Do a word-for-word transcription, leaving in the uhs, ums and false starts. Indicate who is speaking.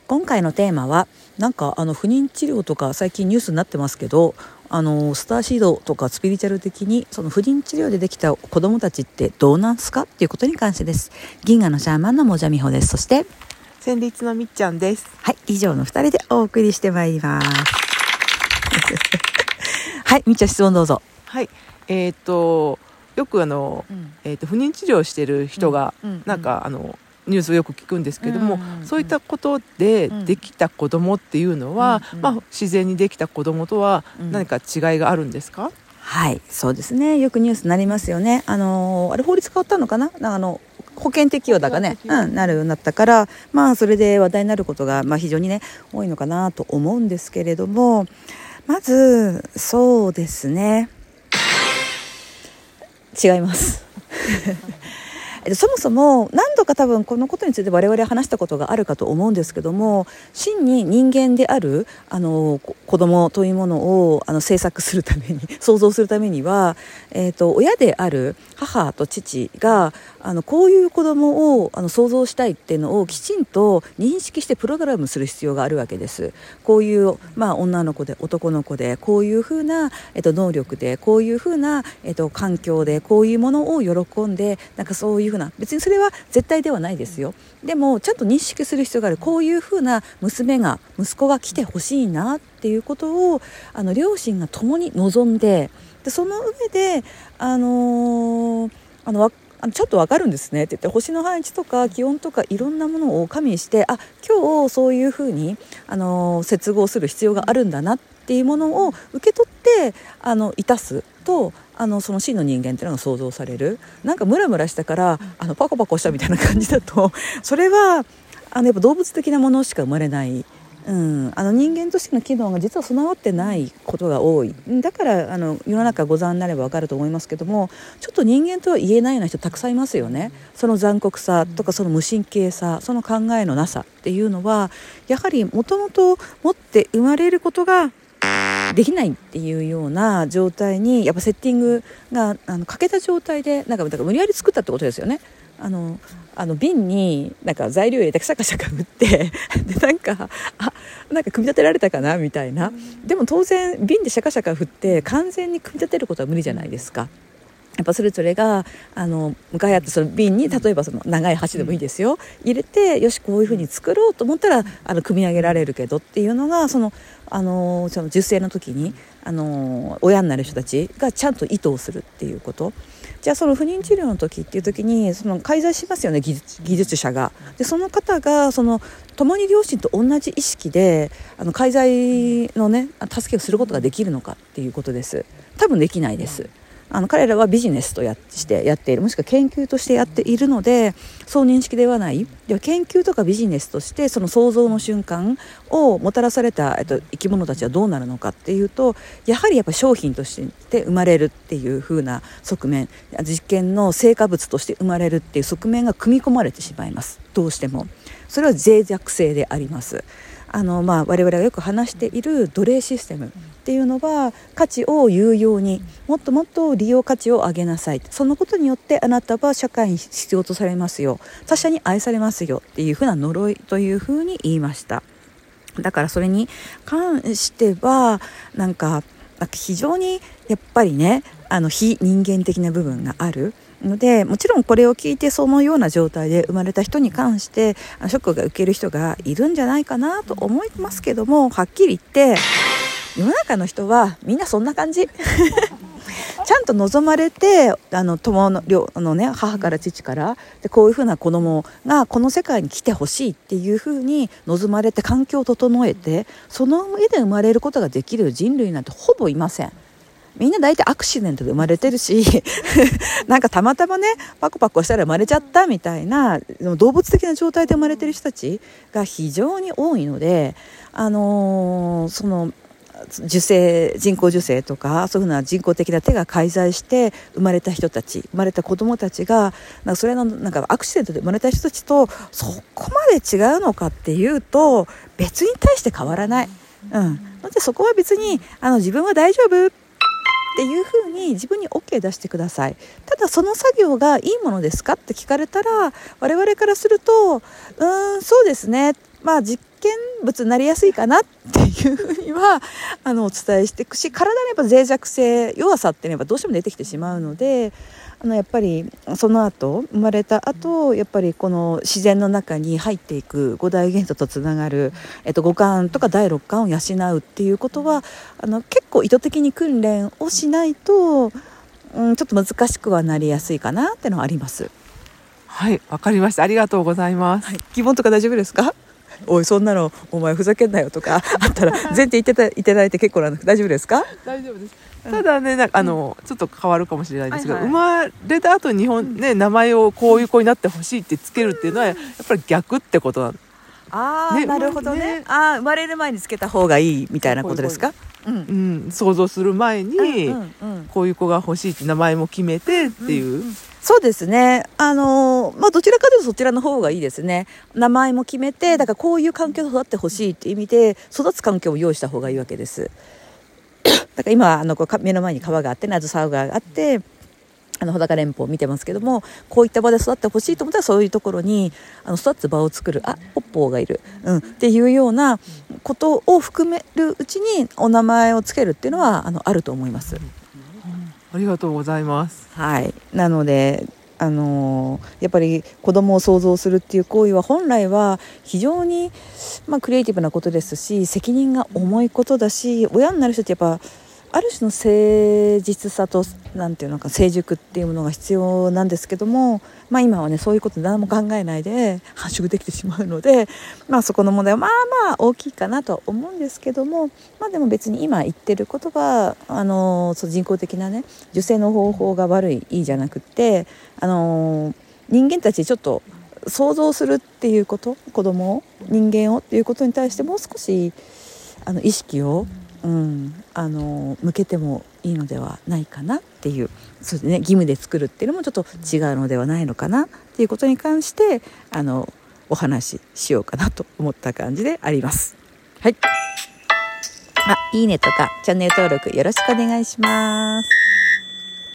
Speaker 1: 今回のテーマはなんかあの不妊治療とか最近ニュースになってますけど、あのスターシードとかスピリチュアル的にその不妊治療でできた子どもたちってどうなんすかっていうことに関してです。銀河のシャーマンのもじゃみほです。そして
Speaker 2: 戦慄のみっちゃんです。
Speaker 1: はい、以上のふたりでお送りしてまいりますはい、みっちゃん質問どうぞ。
Speaker 2: はい、えっ、ー、とよくあの、うんえー、と不妊治療をしている人が、うんうんうん、なんかあのニュースをよく聞くんですけども、うんうんうん、そういったことでできた子供っていうのは、うんうんまあ、自然にできた子供とは何か違いがあるんですか？うん、
Speaker 1: はい、そうですね。よくニュースになりますよね。あのあれ法律変わったのかな？あの保険適用だかね、うん、なるようになったから、まあそれで話題になることが、まあ、非常にね多いのかなと思うんですけれども、まずそうですね、違いますそもそも何度か多分このことについて我々は話したことがあるかと思うんですけども、真に人間であるあの子供というものをあの制作するために想像するためには、えーと、親である母と父があのこういう子供をあの想像したいっていうのをきちんと認識してプログラムする必要があるわけです。こういう、まあ、女の子で男の子でこういうふうな、えーと、能力でこういうふうな、えーと、環境でこういうものを喜んでなんかそういうふうな、別にそれは絶対ではないですよ。でもちゃんと認識する必要がある。こういうふうな娘が息子が来てほしいなっていうことをあの両親が共に望んで、でその上であのー、あのあのちょっと分かるんですねって言って、星の配置とか気温とかいろんなものを加味して、あ今日そういうふうに、あのー、接合する必要があるんだなっていうものを受け取ってあのいたすと、あのその真の人間っていうのが想像される。なんかムラムラしたからあのパコパコしたみたいな感じだとそれはあのやっぱ動物的なものしか生まれない、うん、あの人間としての機能が実は備わってないことが多い。だからあの世の中ござんになれば分かると思いますけども、ちょっと人間とは言えないような人たくさんいますよね。その残酷さとかその無神経さ、その考えのなさっていうのはやはりもともと持って生まれることができないっていうような状態にやっぱセッティングがあの欠けた状態で、なんかだから無理やり作ったってことですよね。あのあの瓶になんか材料入れてシャカシャカ振ってでなんかあなんか組み立てられたかなみたいな。でも当然瓶でシャカシャカ振って完全に組み立てることは無理じゃないですか。やっぱそれぞれがあの向かい合ってその瓶に例えばその長い箸でもいいですよ、入れてよしこういうふうに作ろうと思ったらあの組み上げられるけどっていうのがそのあのその受精の時にあの親になる人たちがちゃんと意図をするっていうこと。じゃあその不妊治療の時っていう時にその介在しますよね、技術、技術者が。でその方がその共に両親と同じ意識であの介在のね助けをすることができるのかっていうことです。多分できないです。あの彼らはビジネスとやしてやっている、もしくは研究としてやっているのでそう認識ではない。では研究とかビジネスとしてその創造の瞬間をもたらされた、えっと、生き物たちはどうなるのかっていうと、やはりやっぱ商品として生まれるっていう風な側面、実験の成果物として生まれるっていう側面が組み込まれてしまいます。どうしてもそれは脆弱性であります。あのまあ、我々がよく話している奴隷システムっていうのは価値を有用にもっともっと利用価値を上げなさい、そのことによってあなたは社会に必要とされますよ、他者に愛されますよっていうふうな呪いというふうに言いました。だからそれに関してはなんか非常にやっぱりねあの非人間的な部分があるので、もちろんこれを聞いてそのような状態で生まれた人に関してショックが受ける人がいるんじゃないかなと思いますけども、はっきり言って世の中の人はみんなそんな感じちゃんと望まれてあの友の両の、ね、母から父からでこういうふうな子供がこの世界に来てほしいっていうふうに望まれて環境を整えてその上で生まれることができる人類なんてほぼいません。みんな大体アクシデントで生まれてるしなんかたまたまねパコパコしたら生まれちゃったみたいな動物的な状態で生まれてる人たちが非常に多いので、あのー、その受精人工授精とかそういうふうな人工的な手が介在して生まれた人たち、生まれた子どもたちがなんかそれのなんかアクシデントで生まれた人たちとそこまで違うのかっていうと別に対して変わらない、うん、のでそこは別にあの自分は大丈夫っていうふうに自分に OK 出してください。ただその作業がいいものですかって聞かれたら我々からするとうーんそうですね、まあ実験物になりやすいかなっていうふうにはあのお伝えしていくし、体のやっぱ脆弱性弱さっていうのはどうしても出てきてしまうので、あのやっぱりその後生まれた後やっぱりこの自然の中に入っていく五大元素とつながる、えっと、五感とか第六感を養うっていうことはあの結構意図的に訓練をしないと、うん、ちょっと難しくはなりやすいかなっていうのはあります。
Speaker 2: はい、わかりました。ありがとうございます。
Speaker 1: はい、疑問とか大丈夫ですか？おいそんなのお前ふざけんなよとかあったら全然言ってたいただいて結構なんです。大丈夫ですか？
Speaker 2: 大丈夫です。ただね、なんかあの、うん、ちょっと変わるかもしれないですけど、はいはい、生まれた後に日本ね、名前をこういう子になってほしいってつけるっていうのはやっぱり逆ってことなんです。
Speaker 1: あー、ね、なるほどね。あー、生まれる前につけた方がいいみたいなことですか？
Speaker 2: うんうん、想像する前に、うんうんうん、こういう子が欲しいって名前も決めてっていう、うんうん、
Speaker 1: そうですね。あのまあどちらかというとそちらの方がいいですね。名前も決めて、だからこういう環境で育ってほしいっていう意味で育つ環境を用意した方がいいわけです。だから今あのこう目の前に川があってナズサウ川があってあの穂高連峰を見てますけども、こういった場で育ってほしいと思ったらそういうところにあの育つ場を作る、あポッポーがいる、うん、っていうようなことを含めるうちにお名前をつけるっていうのはあのあると思います。うん、
Speaker 2: ありがとうございます。
Speaker 1: はい、なのであのやっぱり子供を想像するっていう行為は本来は非常に、まあ、クリエイティブなことですし責任が重いことだし、親になる人ってやっぱある種の誠実さとなんていうのか成熟っていうものが必要なんですけども、まあ、今はねそういうこと何も考えないで繁殖できてしまうので、まあ、そこの問題はまあまあ大きいかなとは思うんですけども、まあ、でも別に今言ってることはあのそう人工的なね受精の方法が悪いいいじゃなくってあの人間たちちょっと想像するっていうこと、子供を人間をっていうことに対してもう少しあの意識をうん、あの向けてもいいのではないかなっていう、そうですね、義務で作るっていうのもちょっと違うのではないのかなっていうことに関してあのお話ししようかなと思った感じであります。はい、あ、いいねとかチャンネル登録よろしくお願いします。